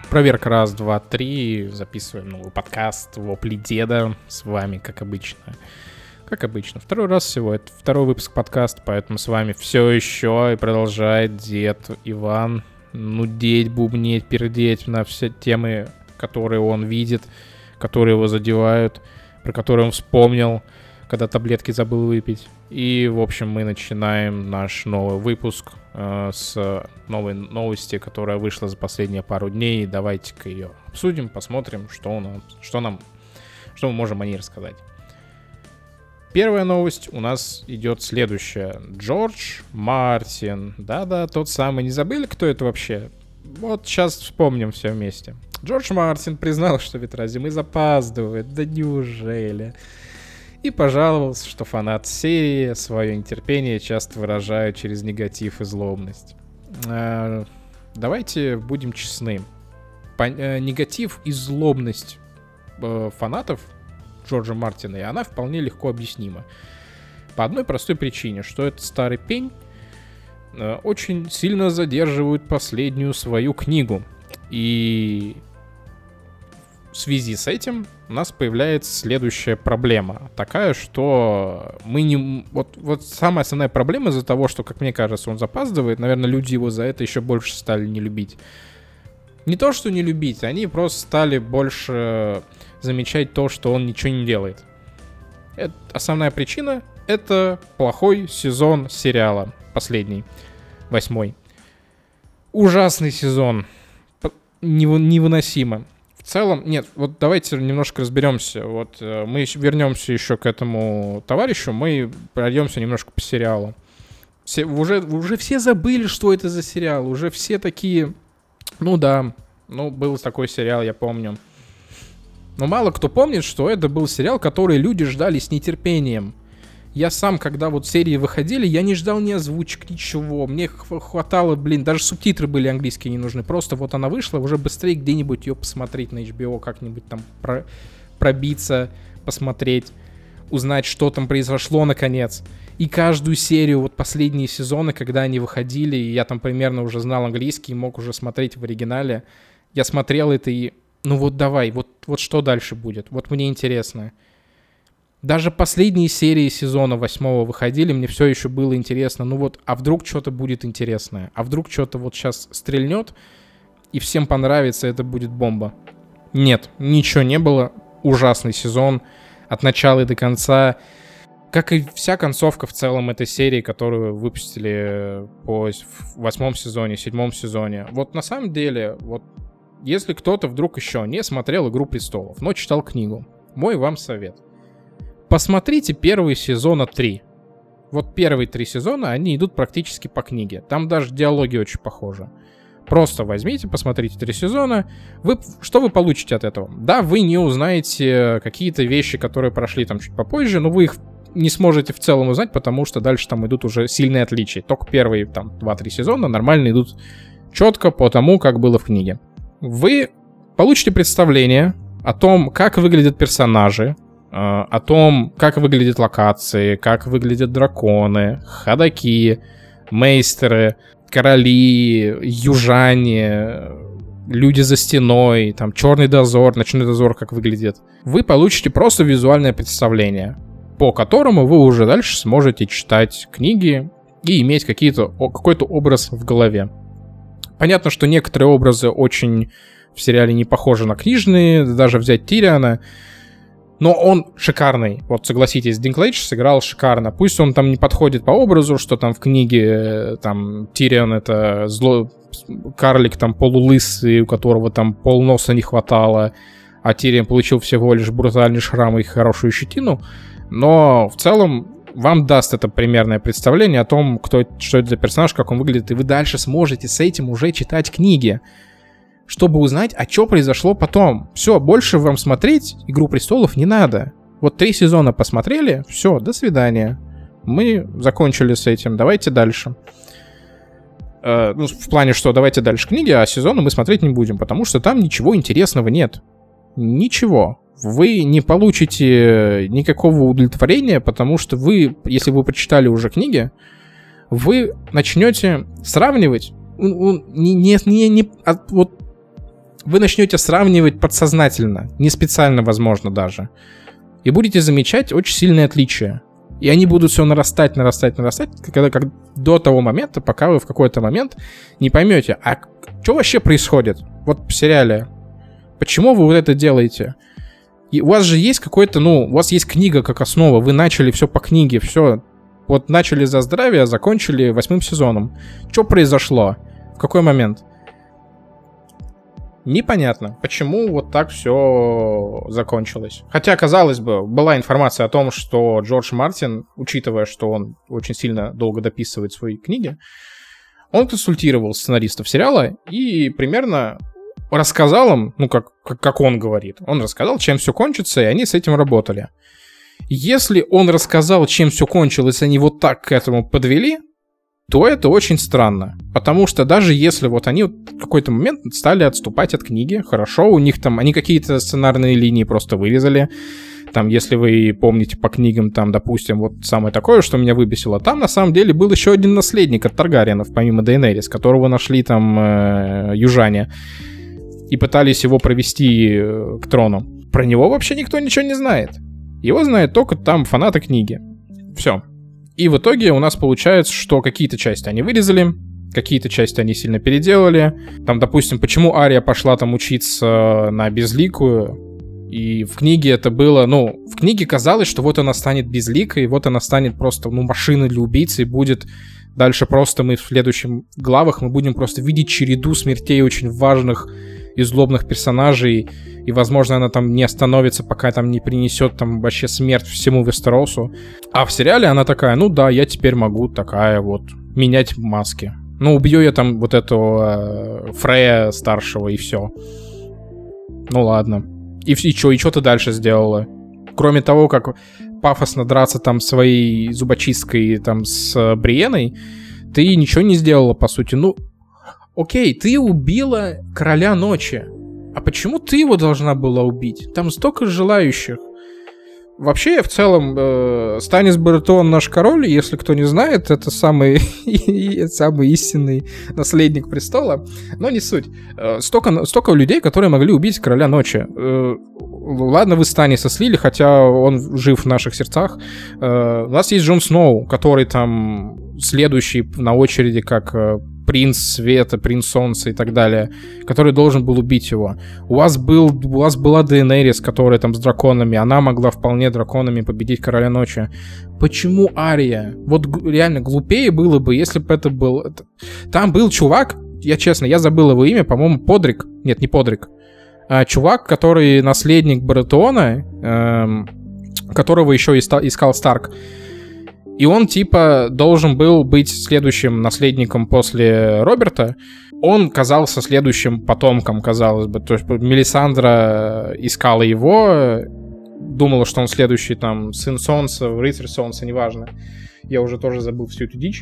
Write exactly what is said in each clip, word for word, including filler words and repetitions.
Проверка раз, два, три. Записываем новый подкаст «Вопли деда». С вами, как обычно. Как обычно. Второй раз всего. Это второй выпуск подкаста, поэтому с вами все еще и продолжает дед Иван нудеть, бубнеть, пердеть на все темы, которые он видит, которые его задевают, про которые он вспомнил, когда таблетки забыл выпить. И, в общем, мы начинаем наш новый выпуск э, с новой новости, которая вышла за последние пару дней. Давайте-ка ее обсудим, посмотрим, что, у нас, что, нам, что мы можем о ней рассказать. Первая новость у нас идет следующая. Джордж Мартин. Да-да, тот самый. Не забыли, кто это вообще? Вот сейчас вспомним все вместе. Джордж Мартин признал, что «Ветра зимы» запаздывает. Да неужели? И пожаловался, что фанаты серии свое нетерпение часто выражают через негатив и злобность. Э, давайте будем честны. По, э, негатив и злобность э, фанатов Джорджа Мартина, и она вполне легко объяснима. По одной простой причине, что этот старый пень э, очень сильно задерживает последнюю свою книгу. И в связи с этим у нас появляется следующая проблема. Такая, что мы не... Вот, вот самая основная проблема из-за того, что, как мне кажется, он запаздывает. Наверное, люди его за это еще больше стали не любить. Не то, что не любить, они просто стали больше замечать то, что он ничего не делает. Это основная причина — это плохой сезон сериала. Последний. Восьмой. Ужасный сезон. Невыносимо. В целом, нет, вот давайте немножко разберемся. Вот мы вернемся еще к этому товарищу, мы пройдемся немножко по сериалу. Все, уже, уже все забыли, что это за сериал, уже все такие, ну да, ну был такой сериал, я помню. Но мало кто помнит, что это был сериал, который люди ждали с нетерпением. Я сам, когда вот серии выходили, я не ждал ни озвучек, ничего. Мне хватало, блин, даже субтитры были английские не нужны. Просто вот она вышла, уже быстрее где-нибудь ее посмотреть на эйч би о, как-нибудь там про- пробиться, посмотреть, узнать, что там произошло наконец. И каждую серию, вот последние сезоны, когда они выходили, и я там примерно уже знал английский, мог уже смотреть в оригинале, я смотрел это и, ну вот давай, вот, вот что дальше будет? Вот мне интересно. Даже последние серии сезона восьмого выходили, мне все еще было интересно. Ну вот, а вдруг что-то будет интересное? А вдруг что-то вот сейчас стрельнет, и всем понравится, это будет бомба? Нет, ничего не было. Ужасный сезон от начала и до конца. Как и вся концовка в целом этой серии, которую выпустили по восьмом сезоне, седьмом сезоне. Вот на самом деле, вот если кто-то вдруг еще не смотрел «Игру престолов», но читал книгу, мой вам совет. Посмотрите первые сезона три. Вот первые три сезона, они идут практически по книге. Там даже диалоги очень похожи. Просто возьмите, посмотрите три сезона. Вы, что вы получите от этого? Да, вы не узнаете какие-то вещи, которые прошли там чуть попозже, но вы их не сможете в целом узнать, потому что дальше там идут уже сильные отличия. Только первые там два-три сезона нормально идут четко по тому, как было в книге. Вы получите представление о том, как выглядят персонажи, о том, как выглядят локации, как выглядят драконы, ходаки, мейстеры, короли, южане, люди за стеной, там черный дозор, ночной дозор, как выглядит. Вы получите просто визуальное представление, по которому вы уже дальше сможете читать книги и иметь какие-то, какой-то образ в голове. Понятно, что некоторые образы очень в сериале не похожи на книжные, даже взять Тириона. Но он шикарный. Вот согласитесь, Динклэйдж сыграл шикарно. Пусть он там не подходит по образу, что там в книге там Тирион это зло... карлик там полулысый, у которого там полноса не хватало, а Тирион получил всего лишь брутальный шрам и хорошую щетину. Но в целом вам даст это примерное представление о том, кто, что это за персонаж, как он выглядит, и вы дальше сможете с этим уже читать книги, чтобы узнать, а что произошло потом. Все, больше вам смотреть «Игру престолов» не надо. Вот три сезона посмотрели, все, до свидания. Мы закончили с этим, давайте дальше. Э, ну, в плане, что давайте дальше книги, а сезоны мы смотреть не будем, потому что там ничего интересного нет. Ничего. Вы не получите никакого удовлетворения, потому что вы, если вы прочитали уже книги, вы начнете сравнивать. Не, не, не, не, вот вы начнете сравнивать подсознательно, не специально, возможно, даже. И будете замечать очень сильные отличия. И они будут все нарастать, нарастать, нарастать, когда, как, до того момента, пока вы в какой-то момент не поймете, а что вообще происходит вот в сериале? Почему вы вот это делаете? И у вас же есть какой-то, ну, у вас есть книга как основа, вы начали все по книге, все. Вот начали за здравие, закончили восьмым сезоном. Что произошло? В какой момент? Непонятно, почему вот так все закончилось. Хотя, казалось бы, была информация о том, что Джордж Мартин, учитывая, что он очень сильно долго дописывает свои книги, он консультировал сценаристов сериала и примерно рассказал им, ну, как, как, как он говорит, он рассказал, чем все кончится, и они с этим работали. Если он рассказал, чем все кончилось, и они вот так к этому подвели, то это очень странно. Потому что даже если вот они в какой-то момент стали отступать от книги, хорошо, у них там, они какие-то сценарные линии просто вырезали. Там, если вы помните по книгам, там, допустим, вот самое такое, что меня выбесило, там на самом деле был еще один наследник от Таргариенов, помимо Дейенерис, которого нашли там э, южане и пытались его провести э, к трону. Про него вообще никто ничего не знает. Его знают только там фанаты книги. Все. И в итоге у нас получается, что какие-то части они вырезали, какие-то части они сильно переделали. Там, допустим, почему Ария пошла там учиться на Безликую, и в книге это было, ну, в книге казалось, что вот она станет безликой, и вот она станет просто, ну, машиной для убийцы, и будет дальше просто мы в следующих главах мы будем просто видеть череду смертей очень важных и злобных персонажей, и, возможно, она там не остановится, пока там не принесет там вообще смерть всему Вестеросу. А в сериале она такая, ну да, я теперь могу такая вот менять маски. Ну, убью я там вот этого э, Фрея старшего, и все. Ну ладно. И, и что, и что ты дальше сделала? Кроме того, как пафосно драться там своей зубочисткой там с Бриеной, ты ничего не сделала, по сути. Ну, окей, ты убила Короля Ночи. А почему ты его должна была убить? Там столько желающих. Вообще, в целом, э, Станис Баратеон наш король, если кто не знает, это самый, самый истинный наследник престола. Но не суть. Э, столько, столько людей, которые могли убить Короля Ночи. Э, ладно, вы Станиса слили, хотя он жив в наших сердцах. Э, у нас есть Джон Сноу, который там следующий на очереди как... Э, принц света, принц солнца и так далее, который должен был убить его. У вас, был, у вас была Дейенерис, которая там с драконами, она могла вполне драконами победить Короля Ночи. Почему Ария? Вот реально глупее было бы, если бы это был... Там был чувак, я честно, я забыл его имя, по-моему, Подрик. Нет, не Подрик. А, чувак, который наследник Баратеона, эм, которого еще искал Старк. И он, типа, должен был быть следующим наследником после Роберта. Он казался следующим потомком, казалось бы. То есть Мелисандра искала его, думала, что он следующий, там, сын Солнца, рыцарь Солнца, неважно. Я уже тоже забыл всю эту дичь.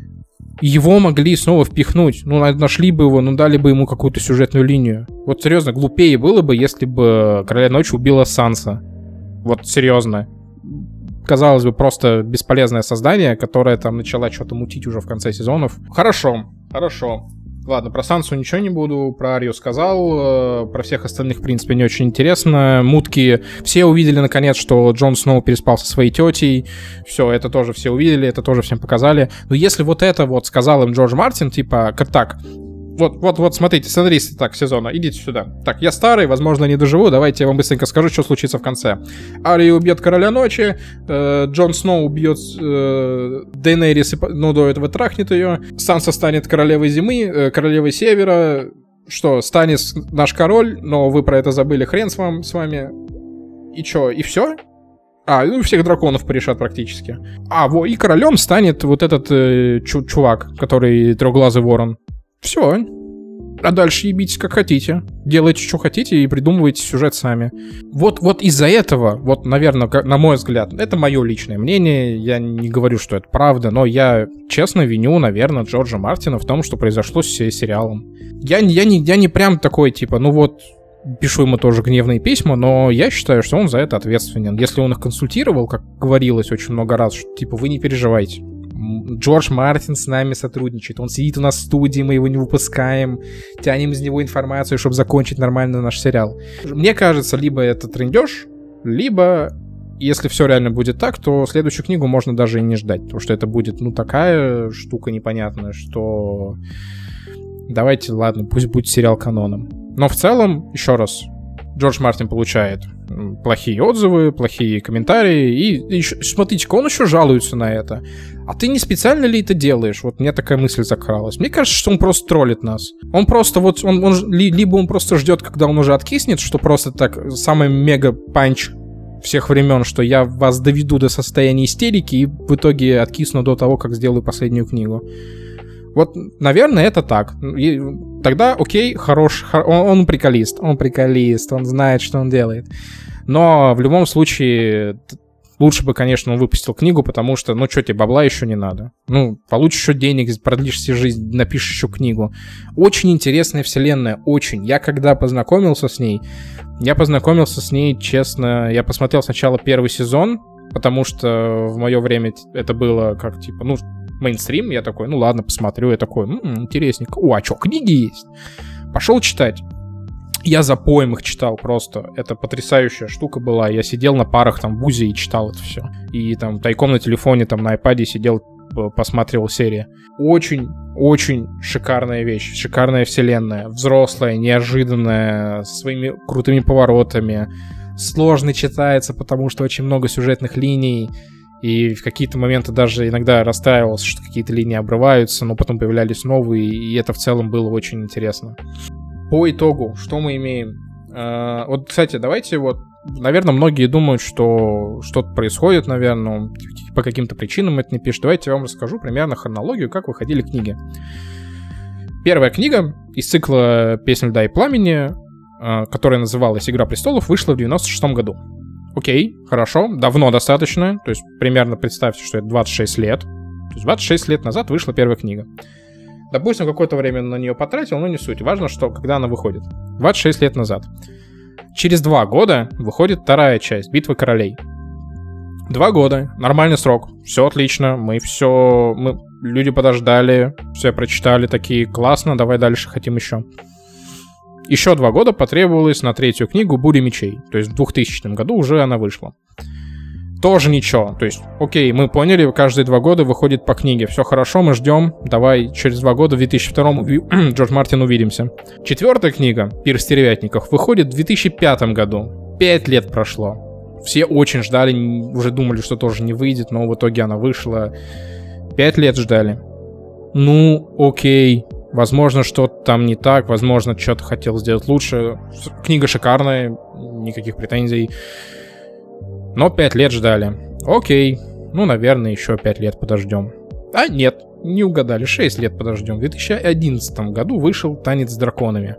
Его могли снова впихнуть. Ну, нашли бы его, ну, дали бы ему какую-то сюжетную линию. Вот, серьезно, глупее было бы, если бы Короля Ночи убила Санса. Вот, серьезно. Казалось бы, просто бесполезное создание, которое там начала что-то мутить уже в конце сезонов. Хорошо, хорошо. Ладно, про Сансу ничего не буду, про Арию сказал, про всех остальных, в принципе, не очень интересно. Мутки, все увидели, наконец, что Джон Сноу переспал со своей тетей. Все, это тоже все увидели, это тоже всем показали. Но если вот это вот сказал им Джордж Мартин, типа, как так... Вот, вот, вот, смотрите, сценаристы так сезона, идите сюда. Так, я старый, возможно, не доживу, давайте я вам быстренько скажу, что случится в конце. Ария убьет Короля Ночи, э, Джон Сноу убьет э, Дейенерис, ну, до этого трахнет ее, Санса станет королевой зимы, э, королевой севера, что, Станис наш король, но вы про это забыли, хрен с, вам, с вами. И чё, и все? А, ну, всех драконов порешат практически. А, во, и королем станет вот этот э, чу- чувак, который трехглазый ворон. Все. А дальше ебитесь как хотите. Делайте, что хотите, и придумывайте сюжет сами. Вот, вот из-за этого, вот, наверное, на мой взгляд, это мое личное мнение, я не говорю, что это правда, но я честно виню, наверное, Джорджа Мартина в том, что произошло с сериалом. Я, я, не, я не прям такой, типа, ну вот, пишу ему тоже гневные письма, но я считаю, что он за это ответственен. Если он их консультировал, как говорилось очень много раз, что, типа, вы не переживайте. Джордж Мартин с нами сотрудничает. Он сидит у нас в студии, мы его не выпускаем, тянем из него информацию, чтобы закончить нормально наш сериал. Мне кажется, либо это трындеж, либо, если все реально будет так, то следующую книгу можно даже и не ждать, потому что это будет, ну, такая штука непонятная, что давайте, ладно, пусть будет сериал каноном. Но в целом, еще раз, Джордж Мартин получает плохие отзывы, плохие комментарии, и, и смотрите-ка, он еще жалуется на это. А ты не специально ли это делаешь? Вот мне такая мысль закралась. Мне кажется, что он просто троллит нас. Он просто вот, он, он, либо он просто ждет, когда он уже откиснет, что просто так, самый мега-панч всех времен, что я вас доведу до состояния истерики и в итоге откисну до того, как сделаю последнюю книгу. Вот, наверное, это так. И тогда, окей, хорош, хор... он, он приколист, он приколист, он знает, что он делает. Но в любом случае, лучше бы, конечно, он выпустил книгу, потому что, ну, что тебе, бабла еще не надо. Ну, получишь еще денег, продлишь себе жизнь, напишешь еще книгу. Очень интересная вселенная, очень. Я когда познакомился с ней, я познакомился с ней, честно, я посмотрел сначала первый сезон, потому что в мое время это было как, типа, ну, мейнстрим, я такой, ну ладно, посмотрю, я такой, м-м, интересненько. О, а что, книги есть? Пошел читать. Я запоем их читал просто. Это потрясающая штука была. Я сидел на парах там в вузе и читал это все. И там тайком на телефоне, там на айпаде сидел, посматривал серии. Очень-очень шикарная вещь. Шикарная вселенная. Взрослая, неожиданная, с своими крутыми поворотами. Сложно читается, потому что очень много сюжетных линий. И в какие-то моменты даже иногда расстраивался, что какие-то линии обрываются, но потом появлялись новые, и это в целом было очень интересно. По итогу, что мы имеем? Э, вот, кстати, давайте вот, наверное, многие думают, что что-то происходит, наверное, по каким-то причинам это не пишет. Давайте я вам расскажу примерно хронологию, как выходили книги. Первая книга из цикла «Песнь льда и пламени», э, которая называлась «Игра престолов», вышла в девяносто шестом году. Окей, хорошо, давно достаточно, то есть примерно представьте, что это двадцать шесть лет. То есть двадцать шесть лет назад вышла первая книга. Допустим, какое-то время на нее потратил, но не суть. Важно, что когда она выходит. двадцать шесть лет назад. Через два года выходит вторая часть, «Битва королей». Два года, нормальный срок, все отлично, мы все, мы, люди подождали, все прочитали, такие, классно, давай дальше, хотим еще. Еще два года потребовалось на третью книгу «Буря мечей». То есть в двухтысячном году уже она вышла. Тоже ничего. То есть, окей, мы поняли, каждые два года выходит по книге. Все хорошо, мы ждем. Давай через два года, в две тысячи втором, Джордж Мартин, увидимся. Четвертая книга «Пир стервятников» выходит в две тысячи пятом году. Пять лет прошло. Все очень ждали, уже думали, что тоже не выйдет, но в итоге она вышла. Пять лет ждали. Ну, окей. Возможно, что-то там не так, возможно, что-то хотел сделать лучше. Книга шикарная, никаких претензий. Но пять лет ждали. Окей, ну, наверное, еще пять лет подождем. А нет, не угадали, шесть лет подождем. В две тысячи одиннадцатом году вышел «Танец с драконами».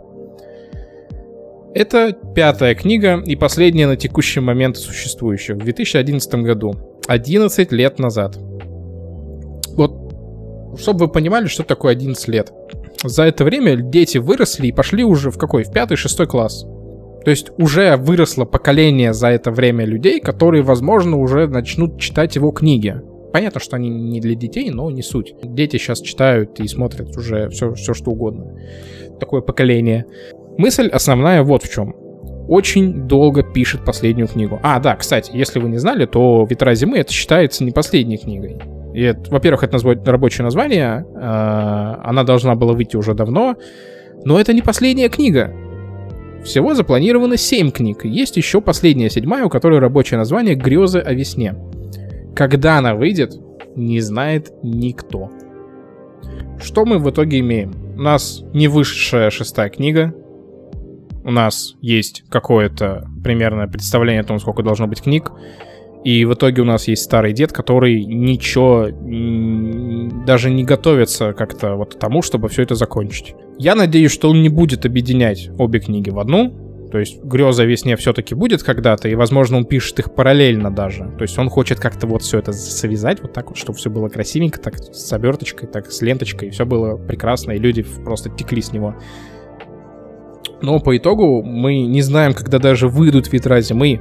Это пятая книга и последняя на текущий момент существующих. В две тысячи одиннадцатом году. одиннадцать лет назад. Вот, чтобы вы понимали, что такое одиннадцать лет. За это время дети выросли и пошли уже в какой? В пятый-шестой класс. То есть уже выросло поколение за это время людей, которые, возможно, уже начнут читать его книги. Понятно, что они не для детей, но не суть. Дети сейчас читают и смотрят уже все, все что угодно. Такое поколение. Мысль основная вот в чем. Очень долго пишет последнюю книгу. А, да, кстати, если вы не знали, то «Ветра зимы» это считается не последней книгой. И это, во-первых, это назв... рабочее название, э, она должна была выйти уже давно, но это не последняя книга. Всего запланировано семь книг. Есть еще последняя, седьмая, у которой рабочее название «Грезы о весне». Когда она выйдет, не знает никто. Что мы в итоге имеем? У нас не вышедшая шестая книга. У нас есть какое-то примерное представление о том, сколько должно быть книг. И в итоге у нас есть старый дед, который ничего даже не готовится как-то вот к тому, чтобы все это закончить. Я надеюсь, что он не будет объединять обе книги в одну. То есть «Греза о весне» все-таки будет когда-то, и, возможно, он пишет их параллельно даже. То есть он хочет как-то вот все это связать вот так вот, чтобы все было красивенько, так с оберточкой, так с ленточкой, и все было прекрасно, и люди просто текли с него. Но по итогу мы не знаем, когда даже выйдут «Ветра зимы».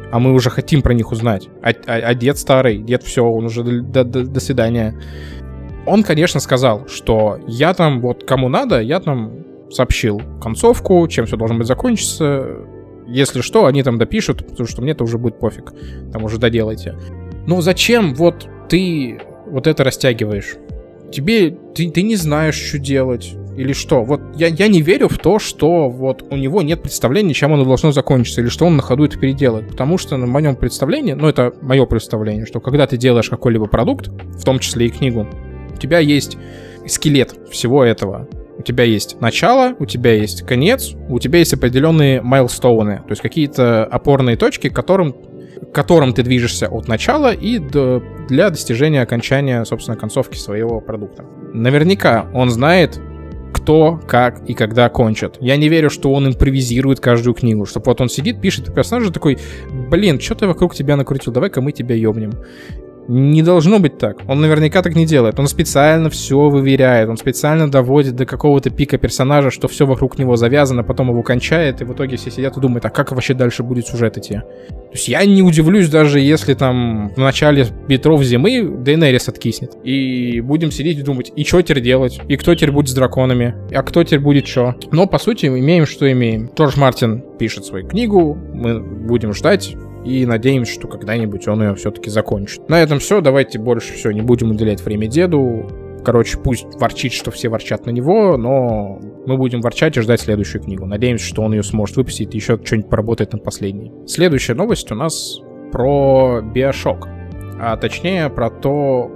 а мы уже хотим про них узнать. А, а, а дед старый, дед все, он уже до, до, до свидания. Он, конечно, сказал, что я там, вот кому надо, я там сообщил концовку, чем все должно быть закончиться. Если что, они там допишут, потому что мне это уже будет пофиг. Там уже доделайте. Ну зачем вот ты вот это растягиваешь? Тебе, ты, ты не знаешь, что делать или что. Вот я, я не верю в то, что вот у него нет представления, чем оно должно закончиться, или что он на ходу это переделает. Потому что на моем представлении, ну это мое представление, что когда ты делаешь какой-либо продукт, в том числе и книгу, у тебя есть скелет всего этого. У тебя есть начало, у тебя есть конец, у тебя есть определенные майлстоуны, то есть какие-то опорные точки, к которым, к которым ты движешься от начала и до, для достижения окончания, собственно, концовки своего продукта. Наверняка он знает, кто, как и когда кончит. Я не верю, что он импровизирует каждую книгу, чтобы вот он сидит, пишет персонажа такой, блин, что ты вокруг тебя накрутил, давай-ка мы тебя ёбнем. Не должно быть так. Он наверняка так не делает. Он специально все выверяет. Он специально доводит до какого-то пика персонажа, что все вокруг него завязано, потом его кончает, и в итоге все сидят и думают, а как вообще дальше будет сюжет идти? То есть я не удивлюсь, даже если там в начале ветров зимы Дейенерис откиснет. И будем сидеть и думать, и что теперь делать? И кто теперь будет с драконами? А кто теперь будет что? Но, по сути, имеем, что имеем. Джордж Мартин пишет свою книгу, мы будем ждать. И надеемся, что когда-нибудь он ее все-таки закончит. На этом все. Давайте больше все не будем уделять время деду. Короче, пусть ворчит, что все ворчат на него, но мы будем ворчать и ждать следующую книгу. Надеемся, что он ее сможет выпустить и еще что-нибудь поработает над последней. Следующая новость у нас про BioShock. А точнее про то...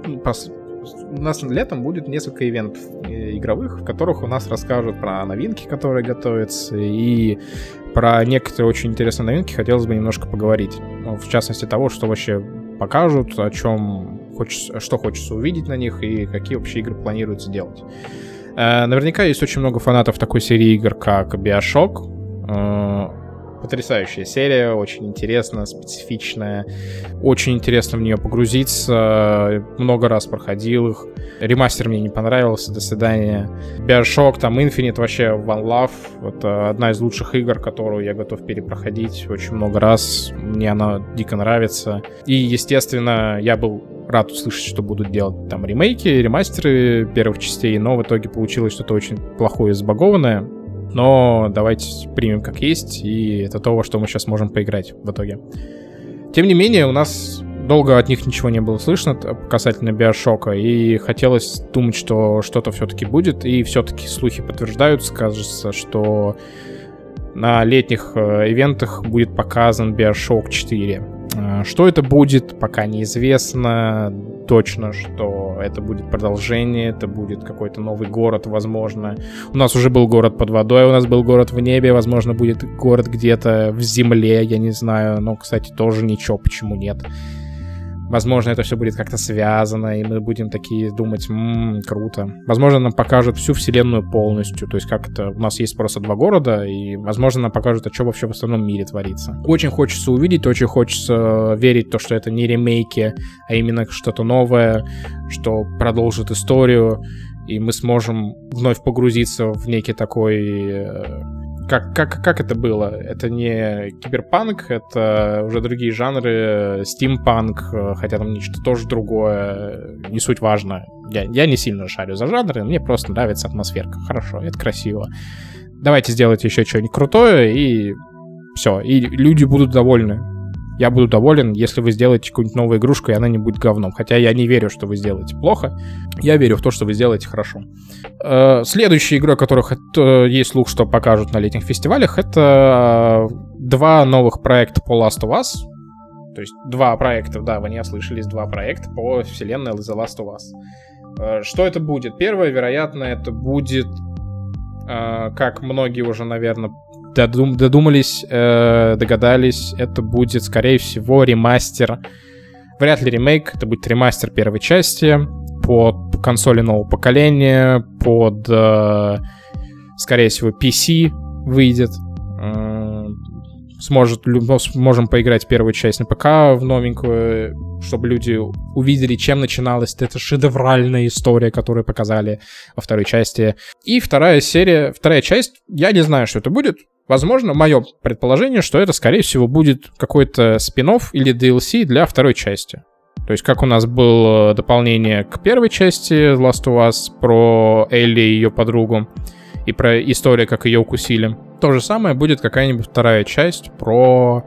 У нас летом будет несколько ивентов игровых, в которых у нас расскажут про новинки, которые готовятся, и про некоторые очень интересные новинки хотелось бы немножко поговорить. Ну, в частности, того, что вообще покажут, о чем хочется, что хочется увидеть на них и какие вообще игры планируется делать. Э, наверняка есть очень много фанатов такой серии игр, как BioShock. Э, Потрясающая серия, очень интересная, специфичная. Очень интересно в нее погрузиться. Много раз проходил их. Ремастер мне не понравился, до свидания. BioShock, там Infinite, вообще One Love. Это одна из лучших игр, которую я готов перепроходить очень много раз. Мне она дико нравится. И, естественно, я был рад услышать, что будут делать там ремейки, ремастеры первых частей, но в итоге получилось что-то очень плохое и забагованное. Но давайте примем как есть, и это то, во что мы сейчас можем поиграть в итоге. Тем не менее, у нас долго от них ничего не было слышно касательно BioShock'а, и хотелось думать, что что-то все-таки будет, и все-таки слухи подтверждаются, кажется, что на летних э, ивентах будет показан BioShock четыре. Э, что это будет, пока неизвестно точно, что это будет продолжение, это будет какой-то новый город, возможно. У нас уже был город под водой, у нас был город в небе, возможно, будет город где-то в земле, я не знаю, но, кстати, тоже ничего, почему нет. Возможно, это все будет как-то связано, и мы будем такие думать, ммм, круто. Возможно, нам покажут всю вселенную полностью, то есть как это, у нас есть просто два города, и, возможно, нам покажут, а что вообще в остальном мире творится. Очень хочется увидеть, очень хочется верить в то, что это не ремейки, а именно что-то новое, что продолжит историю, и мы сможем вновь погрузиться в некий такой... Как, как, как это было? Это не киберпанк, это уже другие жанры, стимпанк, хотя там нечто тоже другое, не суть важно. Я, я не сильно шарю за жанры, мне просто нравится атмосферка. Хорошо, это красиво. Давайте сделайте еще что-нибудь крутое, и все, и люди будут довольны. Я буду доволен, если вы сделаете какую-нибудь новую игрушку, и она не будет говном. Хотя я не верю, что вы сделаете плохо. Я верю в то, что вы сделаете хорошо. Следующая игра, которых есть слух, что покажут на летних фестивалях, это два новых проекта по Last of Us. То есть два проекта, да, вы не ослышались, два проекта по вселенной The Last of Us. Что это будет? Первое, вероятно, это будет, как многие уже, наверное, Додум, додумались, э, догадались, это будет, скорее всего, ремастер. Вряд ли ремейк, это будет ремастер первой части под консоли нового поколения, под, э, скорее всего, пи си выйдет. Э, сможет, сможем поиграть первую часть на ПК в новенькую, чтобы люди увидели, чем начиналась эта шедевральная история, которую показали во второй части. И вторая серия, вторая часть, я не знаю, что это будет. Возможно, мое предположение, что это, скорее всего, будет какой-то спин-офф или ди эл си для второй части. То есть, как у нас было дополнение к первой части Last of Us про Элли и ее подругу, и про историю, как ее укусили. То же самое будет какая-нибудь вторая часть про...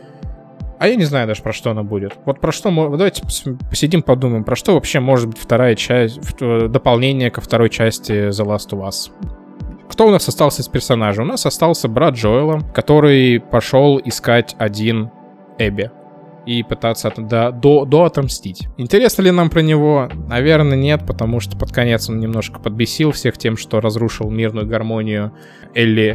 А я не знаю даже, про что она будет. Вот про что... Давайте посидим, подумаем, про что вообще может быть вторая часть, дополнение ко второй части The Last of Us. Кто у нас остался из персонажей? У нас остался брат Джоэла, который пошел искать один Эбби и пытаться до, до, до отомстить. Интересно ли нам про него? Наверное, нет, потому что под конец он немножко подбесил всех тем, что разрушил мирную гармонию Элли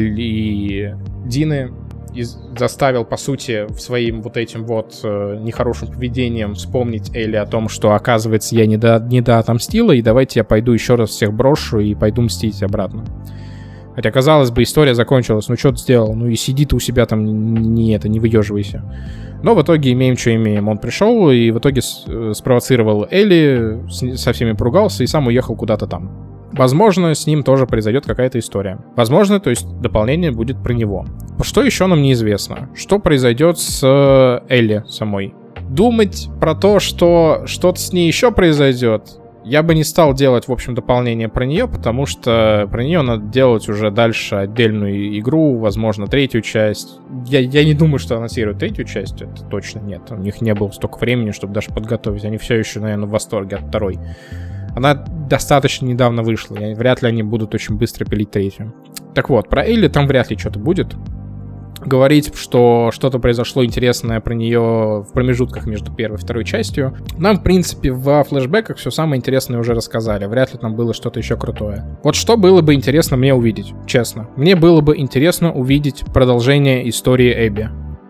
и Дины, и заставил, по сути, своим вот этим вот э, нехорошим поведением вспомнить Элли о том, что, оказывается, я не до, не до отомстила, и давайте я пойду еще раз всех брошу и пойду мстить обратно. Хотя, казалось бы, история закончилась, ну что ты сделал? Ну и сиди ты у себя там, не это, не выеживайся. Но в итоге имеем, что имеем. Он пришел и в итоге спровоцировал Элли, со всеми поругался и сам уехал куда-то там. Возможно, с ним тоже произойдет какая-то история. Возможно, то есть дополнение будет про него. Что еще нам неизвестно? Что произойдет с Элли самой? Думать про то, что что-то с ней еще произойдет, я бы не стал делать, в общем, дополнение про нее, потому что про нее надо делать уже дальше отдельную игру, возможно, третью часть. Я, я не думаю, что анонсируют третью часть, это точно нет. У них не было столько времени, чтобы даже подготовить. Они все еще, наверное, в восторге от второй. Она достаточно недавно вышла, и вряд ли они будут очень быстро пилить третью. Так вот, про Элли там вряд ли что-то будет. Говорить, что что-то произошло интересное про нее в промежутках между первой и второй частью. Нам, в принципе, во флешбеках все самое интересное уже рассказали. Вряд ли там было что-то еще крутое. Вот что было бы интересно мне увидеть, честно. Мне было бы интересно увидеть продолжение истории Эбби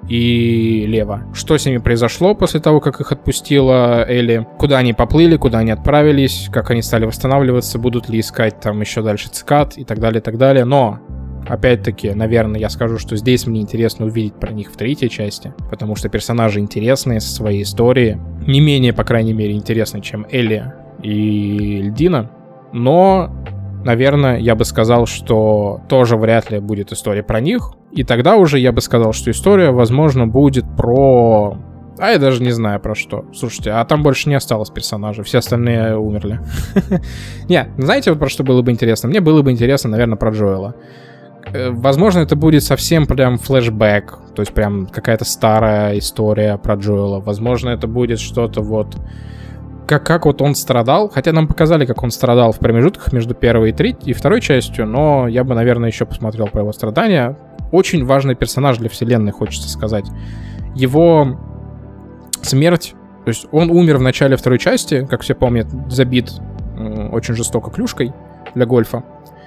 и Лева. Что с ними произошло после того, как их отпустила Элли? Куда они поплыли, куда они отправились, как они стали восстанавливаться, будут ли искать там еще дальше цикад и так далее, и так далее. Но опять-таки, наверное, я скажу, что здесь мне интересно увидеть про них в третьей части, потому что персонажи интересные со своей историей, не менее, по крайней мере, интересны, чем Элли и Льдина, но, наверное, я бы сказал, что тоже вряд ли будет история про них, и тогда уже я бы сказал, что история, возможно, будет про... А я даже не знаю про что. Слушайте, а там больше не осталось персонажей, все остальные умерли. Не, знаете, вот про что было бы интересно? Мне было бы интересно, наверное, про Джоэла. Возможно, это будет совсем прям флешбэк, то есть прям какая-то старая история про Джоэла. Возможно, это будет что-то вот... Как, как вот он страдал, хотя нам показали, как он страдал в промежутках между первой и третьей и второй частью, но я бы, наверное, еще посмотрел про его страдания. Очень важный персонаж для вселенной, хочется сказать. Его смерть, то есть он умер в начале второй части, как все помнят, забит э, очень жестоко клюшкой для гольфа,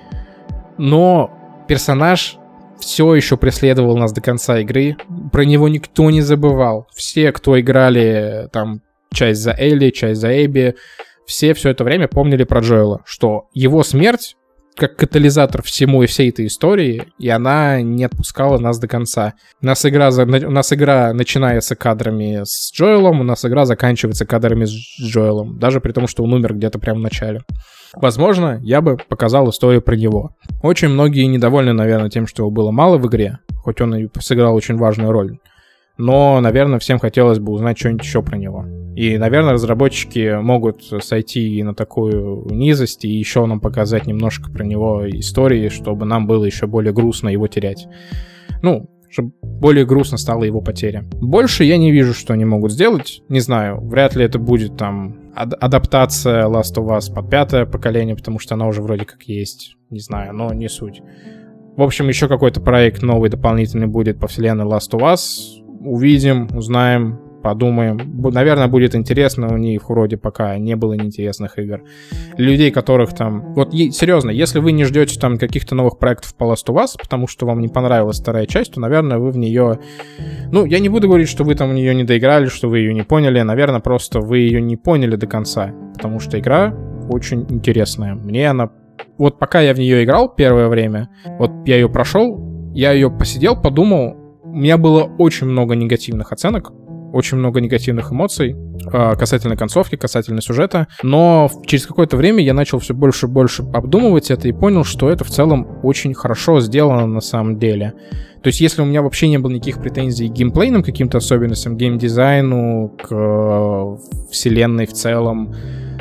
но персонаж все еще преследовал нас до конца игры. Про него никто не забывал. Все, кто играли там часть за Элли, часть за Эбби, все все это время помнили про Джоэла, что его смерть как катализатор всему и всей этой истории, и она не отпускала нас до конца. У нас игра, у нас игра начинается кадрами с Джоэлом, у нас игра заканчивается кадрами с Джоэлом, даже при том, что он умер где-то прямо в начале. Возможно, я бы показал историю про него. Очень многие недовольны, наверное, тем, что его было мало в игре, хоть он и сыграл очень важную роль. Но, наверное, всем хотелось бы узнать что-нибудь еще про него. И, наверное, разработчики могут сойти на такую низость и еще нам показать немножко про него истории, чтобы нам было еще более грустно его терять. Ну, чтобы более грустно стала его потеря. Больше я не вижу, что они могут сделать. Не знаю, вряд ли это будет там ад- адаптация Last of Us под пятое поколение, потому что она уже вроде как есть. Не знаю, но не суть. В общем, еще какой-то проект новый, дополнительный будет по вселенной Last of Us. Увидим, узнаем, подумаем. Наверное, будет интересно. У них вроде пока не было неинтересных игр. Людей, которых там... Вот, е- серьезно, если вы не ждете там каких-то новых проектов по Last of Us, потому что вам не понравилась вторая часть, то, наверное, вы в нее... Ну, я не буду говорить, что вы там в нее не доиграли, что вы ее не поняли. Наверное, просто вы ее не поняли до конца. Потому что игра очень интересная. Мне она... Вот пока я в нее играл первое время, вот я ее прошел, я ее посидел, подумал, у меня было очень много негативных оценок очень много негативных эмоций э, касательно концовки, касательно сюжета, но через какое-то время я начал все больше и больше обдумывать это и понял, что это в целом очень хорошо сделано на самом деле. То есть если у меня вообще не было никаких претензий к геймплейным каким-то особенностям, к геймдизайну, к э, вселенной в целом,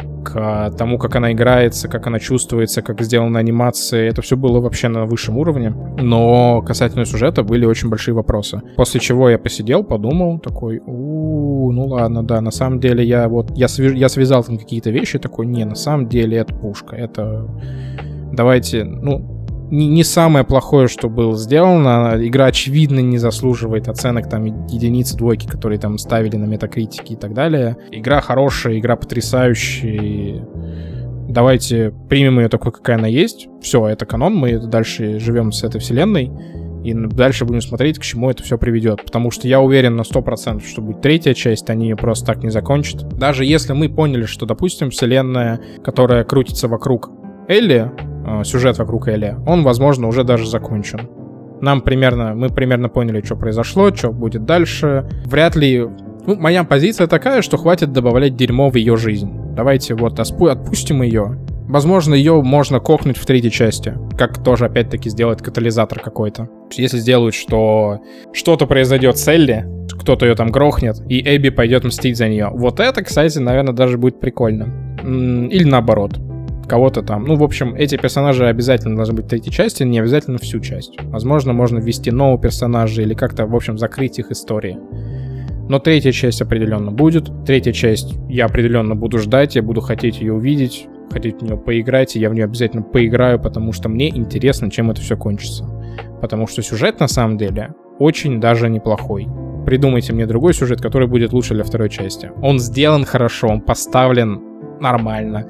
к тому, как она играется, как она чувствуется, как сделана анимация, это все было вообще на высшем уровне. Но касательно сюжета были очень большие вопросы. После чего я посидел, подумал, такой, у ну ладно, да, на самом деле я вот, я, связ, я связал там какие-то вещи, такой, не, на самом деле это пушка, это... Давайте, ну... Не, не самое плохое, что было сделано. Игра, очевидно, не заслуживает оценок там единицы, двойки, которые там ставили на метакритике и так далее. Игра хорошая, игра потрясающая. Давайте примем ее такой, какая она есть. Все, это канон, мы дальше живем с этой вселенной. И дальше будем смотреть, к чему это все приведет. Потому что я уверен на сто процентов, что будет третья часть, они ее просто так не закончат. Даже если мы поняли, что, допустим, вселенная, которая крутится вокруг Элли, сюжет вокруг Элли, он, возможно, уже даже закончен. Нам примерно, мы примерно поняли, что произошло, что будет дальше. Вряд ли... Ну, моя позиция такая, что хватит добавлять дерьмо в ее жизнь. Давайте вот отпустим ее. Возможно, ее можно кокнуть в третьей части. Как тоже, опять-таки, сделать катализатор какой-то. Если сделают, что что-то произойдет с Элли, кто-то ее там грохнет, и Эбби пойдет мстить за нее. Вот это, кстати, наверное, даже будет прикольно. Или наоборот. Кого-то там. Ну, в общем, эти персонажи обязательно должны быть в третьей части, не обязательно всю часть. Возможно, можно ввести нового персонажа или как-то, в общем, закрыть их истории. Но третья часть определенно будет. Третья часть я определенно буду ждать, я буду хотеть ее увидеть, хотеть в нее поиграть, и я в нее обязательно поиграю, потому что мне интересно, чем это все кончится. Потому что сюжет, на самом деле, очень даже неплохой. Придумайте мне другой сюжет, который будет лучше для второй части. Он сделан хорошо, он поставлен нормально.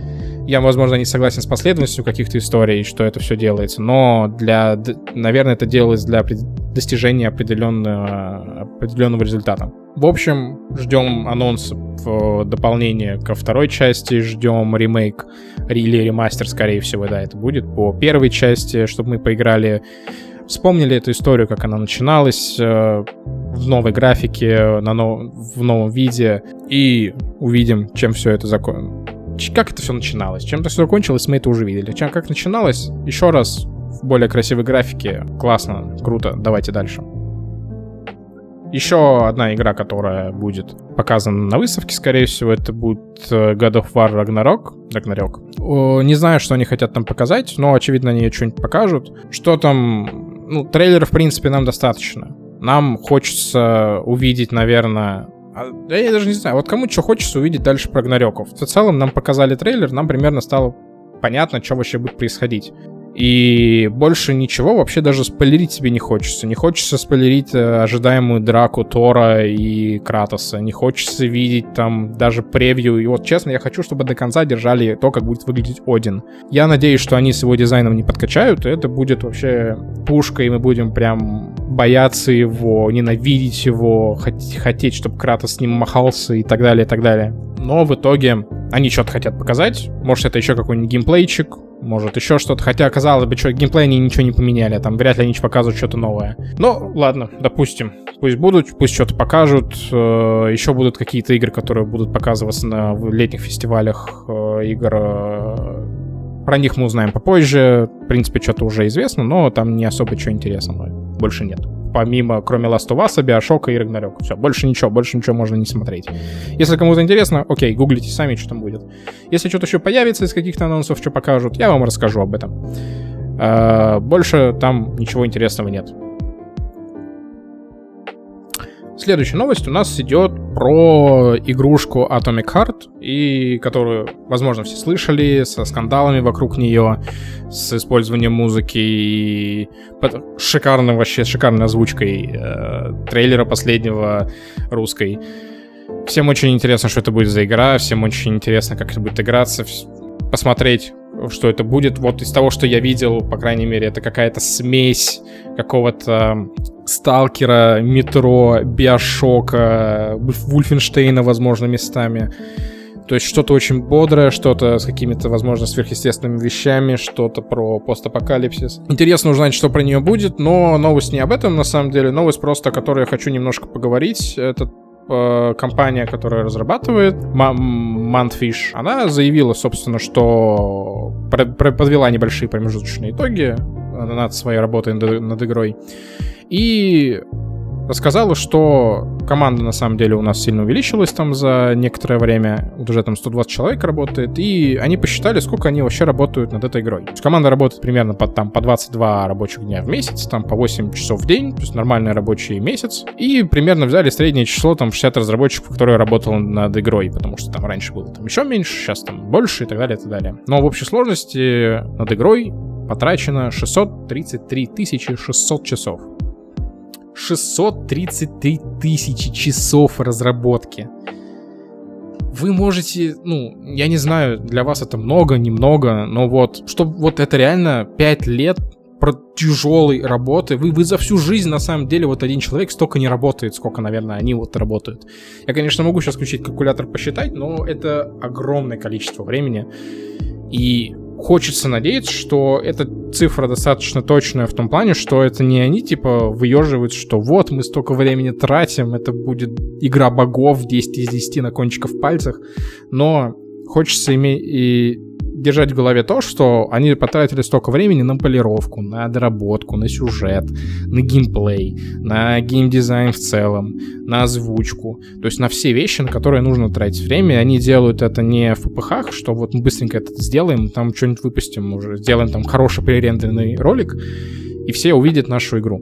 Я, возможно, не согласен с последовательностью каких-то историй, что это все делается, но для, наверное, это делалось для достижения определенного, определенного результата. В общем, ждем анонс в дополнение ко второй части, ждем ремейк или ремастер, скорее всего, да, это будет по первой части, чтобы мы поиграли, вспомнили эту историю, как она начиналась э, в новой графике, на нов... в новом виде, и увидим, чем все это закончится. Как это все начиналось? Чем-то все закончилось, мы это уже видели. Чем как начиналось? Еще раз, в более красивой графике. Классно, круто, давайте дальше. Еще одна игра, которая будет показана на выставке, скорее всего, это будет God of War Ragnarok. Ragnarok. Не знаю, что они хотят там показать, но, очевидно, они что-нибудь покажут. Что там... Ну, трейлеров, в принципе, нам достаточно. Нам хочется увидеть, наверное... Да я даже не знаю, вот кому что хочется увидеть дальше про Рагнарёков. В целом нам показали трейлер, нам примерно стало понятно, что вообще будет происходить. И больше ничего вообще даже спойлерить себе не хочется. Не хочется спойлерить э, ожидаемую драку Тора и Кратоса. Не хочется видеть там даже превью. И вот честно, я хочу, чтобы до конца держали то, как будет выглядеть Один. Я надеюсь, что они с его дизайном не подкачают, и это будет вообще пушка, и мы будем прям бояться его, ненавидеть его, хот- хотеть, чтобы Кратос с ним махался и так далее, и так далее. Но в итоге они что-то хотят показать. Может, это еще какой-нибудь геймплейчик, может, еще что-то. Хотя, казалось бы, что геймплей они ничего не поменяли. Там вряд ли они показывают что-то новое. Но, ладно, допустим. Пусть будут, пусть что-то покажут. Еще будут какие-то игры, которые будут показываться на летних фестивалях игр. Про них мы узнаем попозже. В принципе, что-то уже известно, но там не особо чего интересного больше нет. Помимо, кроме Last of Us, Биошока и Рагнарёка. Все, больше ничего, больше ничего можно не смотреть. Если кому-то интересно, окей, гуглите сами, что там будет. Если что-то еще появится из каких-то анонсов, что покажут, я вам расскажу об этом. Больше там ничего интересного нет. Следующая новость у нас идет про игрушку Atomic Heart, и которую, возможно, все слышали, со скандалами вокруг нее, с использованием музыки и шикарной, вообще шикарной озвучкой э, трейлера последнего русской. Всем очень интересно, что это будет за игра, всем очень интересно, как это будет играться, посмотреть, что это будет. Вот из того, что я видел, по крайней мере, это какая-то смесь какого-то Сталкера, Метро, Биошока, Вульфенштейна, возможно, местами. То есть что-то очень бодрое, что-то с какими-то, возможно, сверхъестественными вещами, что-то про постапокалипсис. Интересно узнать, что про нее будет, но новость не об этом, на самом деле. Новость просто, о которой я хочу немножко поговорить. Это э, компания, которая разрабатывает Mantfish, она заявила, собственно, что подвела небольшие промежуточные итоги над своей работой над, над игрой и рассказала, что команда на самом деле у нас сильно увеличилась там за некоторое время, вот уже там сто двадцать человек работает, и они посчитали, сколько они вообще работают над этой игрой. То есть команда работает примерно по, там, по двадцать два рабочих дня в месяц, там по восемь часов в день, то есть нормальный рабочий месяц, и примерно взяли среднее число там шестьдесят разработчиков, которые работали над игрой, потому что там раньше было там еще меньше, сейчас там больше и так далее, и так далее. Но в общей сложности над игрой потрачено шестьсот тридцать три тысячи шестьсот часов. шестьсот тридцать три тысячи часов разработки. Вы можете, ну, я не знаю, для вас это много, немного, но вот, чтобы вот это реально пять лет про тяжелой работы, вы, вы за всю жизнь, на самом деле, вот один человек столько не работает, сколько, наверное, они вот работают. Я, конечно, могу сейчас включить калькулятор, посчитать, но это огромное количество времени. И хочется надеяться, что эта цифра достаточно точная в том плане, что это не они, типа, выеживаются, что вот, мы столько времени тратим, это будет игра богов, десять из десяти на кончиках пальцах, но хочется иметь и держать в голове то, что они потратили столько времени на полировку, на доработку, на сюжет, на геймплей, на геймдизайн в целом, на озвучку. То есть на все вещи, на которые нужно тратить время. Они делают это не в ппх, что вот мы быстренько это сделаем, там что-нибудь выпустим уже, сделаем там хороший пререндерный ролик, и все увидят нашу игру.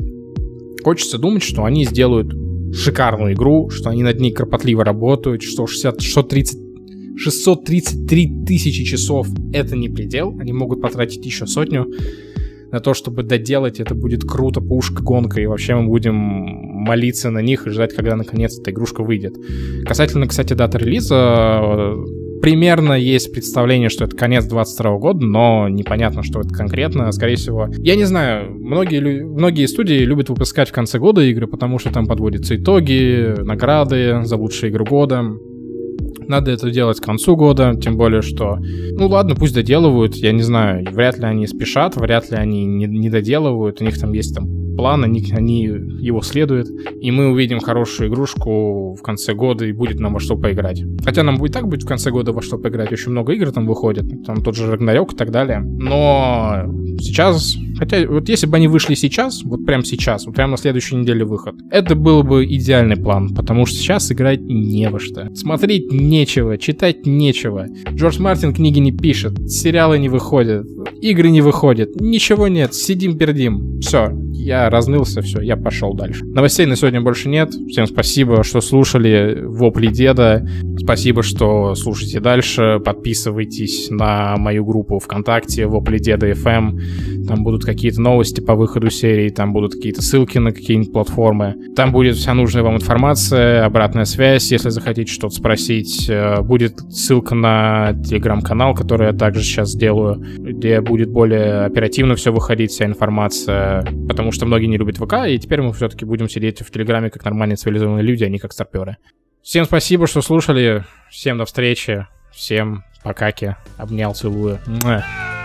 Хочется думать, что они сделают шикарную игру, что они над ней кропотливо работают, что шестьдесят, шестьсот тридцать шестьсот тридцать три тысячи часов — это не предел. Они могут потратить еще сотню на то, чтобы доделать. Это будет круто, пушка, гонка. И вообще мы будем молиться на них и ждать, когда наконец эта игрушка выйдет. Касательно, кстати, даты релиза, примерно есть представление, что это конец двадцать второго года, но непонятно, что это конкретно. Скорее всего, я не знаю, многие, многие студии любят выпускать в конце года игры, потому что там подводятся итоги, награды за лучшую игру года. Надо это делать к концу года, тем более, что... Ну ладно, пусть доделывают, я не знаю, вряд ли они спешат, вряд ли они не, не доделывают, у них там есть там план, они, они его следуют, и мы увидим хорошую игрушку в конце года, и будет нам во что поиграть. Хотя нам будет так быть в конце года во что поиграть, очень много игр там выходит, там тот же Рагнарёк и так далее, но сейчас... Хотя вот если бы они вышли сейчас, вот прямо сейчас, вот прямо на следующей неделе выход, это был бы идеальный план, потому что сейчас играть не во что. Смотреть нечего, читать нечего. Джордж Мартин книги не пишет, сериалы не выходят, игры не выходят, ничего нет, сидим-пердим. Все, я разнылся, все, я пошел дальше. Новостей на сегодня больше нет. Всем спасибо, что слушали Вопли Деда. Спасибо, что слушаете дальше. Подписывайтесь на мою группу ВКонтакте Вопли Деда эф эм. Там будут какие-то новости по выходу серии, там будут какие-то ссылки на какие-нибудь платформы. Там будет вся нужная вам информация, обратная связь, если захотите что-то спросить. Будет ссылка на телеграм-канал, который я также сейчас делаю, где будет более оперативно все выходить, вся информация, потому что многие не любят ВК, и теперь мы все-таки будем сидеть в Телеграме как нормальные цивилизованные люди, а не как старперы. Всем спасибо, что слушали, всем до встречи, всем покаки, обнял, целую. Муа.